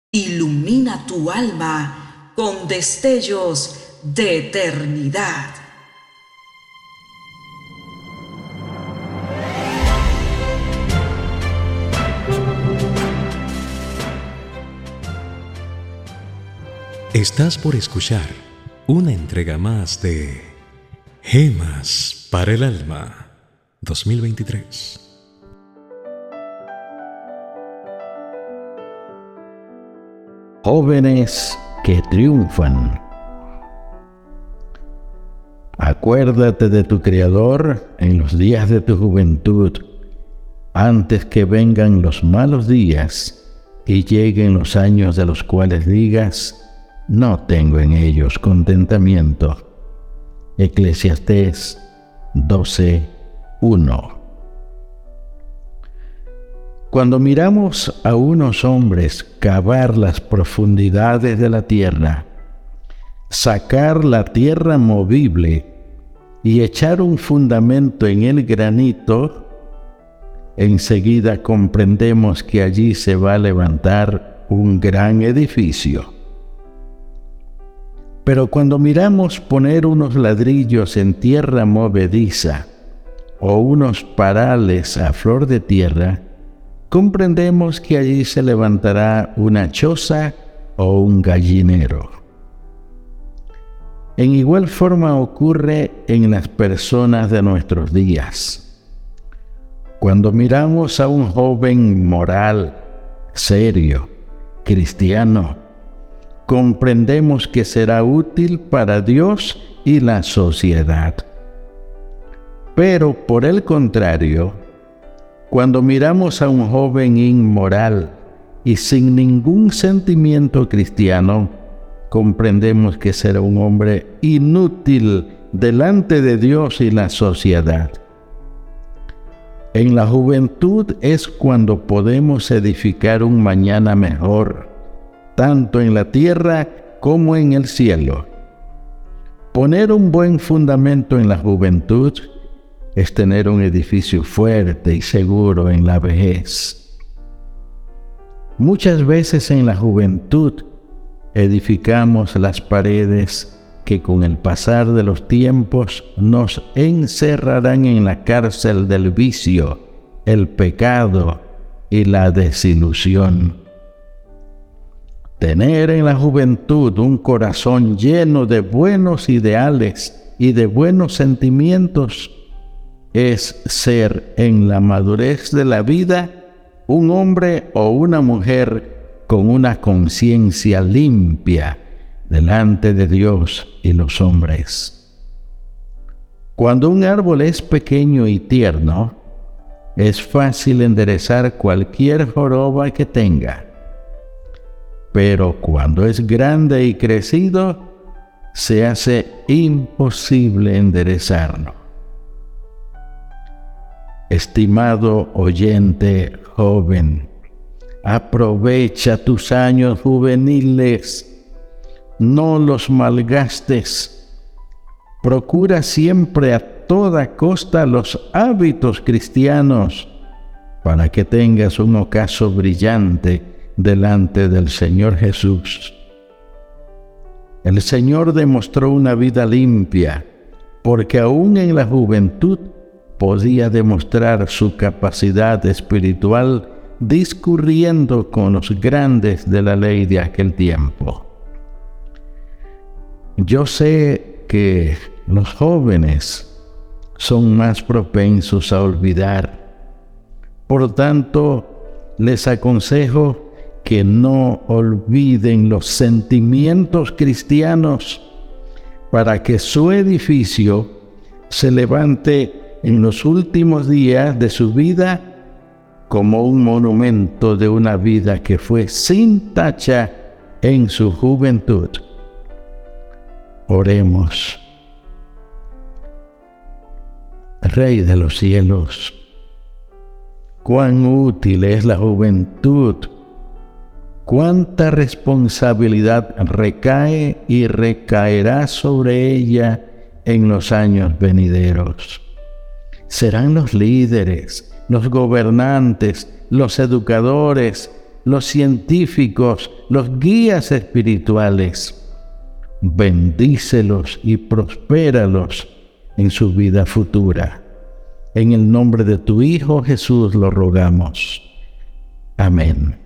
Ilumina tu alma con destellos de eternidad. Estás por escuchar una entrega más de Gemas para el Alma 2023. Jóvenes que triunfan. Acuérdate de tu Creador en los días de tu juventud, antes que vengan los malos días y lleguen los años de los cuales digas: no tengo en ellos contentamiento. Eclesiastés 12:1. Cuando miramos a unos hombres cavar las profundidades de la tierra, sacar la tierra movible y echar un fundamento en el granito, enseguida comprendemos que allí se va a levantar un gran edificio. Pero cuando miramos poner unos ladrillos en tierra movediza o unos parales a flor de tierra, comprendemos que allí se levantará una choza o un gallinero. En igual forma ocurre en las personas de nuestros días. Cuando miramos a un joven moral, serio, cristiano, comprendemos que será útil para Dios y la sociedad. Pero por el contrario, cuando miramos a un joven inmoral y sin ningún sentimiento cristiano, comprendemos que será un hombre inútil delante de Dios y la sociedad. En la juventud es cuando podemos edificar un mañana mejor, tanto en la tierra como en el cielo. Poner un buen fundamento en la juventud es tener un edificio fuerte y seguro en la vejez. Muchas veces en la juventud edificamos las paredes que con el pasar de los tiempos nos encerrarán en la cárcel del vicio, el pecado y la desilusión. Tener en la juventud un corazón lleno de buenos ideales y de buenos sentimientos es ser en la madurez de la vida un hombre o una mujer con una conciencia limpia delante de Dios y los hombres. Cuando un árbol es pequeño y tierno, es fácil enderezar cualquier joroba que tenga. Pero cuando es grande y crecido, se hace imposible enderezarlo. Estimado oyente joven, aprovecha tus años juveniles, no los malgastes. Procura siempre a toda costa los hábitos cristianos para que tengas un ocaso brillante delante del Señor Jesús. El Señor demostró una vida limpia, porque aún en la juventud podía demostrar su capacidad espiritual discurriendo con los grandes de la ley de aquel tiempo. Yo sé que los jóvenes son más propensos a olvidar. Por tanto, les aconsejo que no olviden los sentimientos cristianos para que su edificio se levante en los últimos días de su vida como un monumento de una vida que fue sin tacha en su juventud. Oremos. Rey de los cielos, cuán útil es la juventud, cuánta responsabilidad recae y recaerá sobre ella en los años venideros. Serán los líderes, los gobernantes, los educadores, los científicos, los guías espirituales. Bendícelos y prospéralos en su vida futura. En el nombre de tu Hijo Jesús lo rogamos. Amén.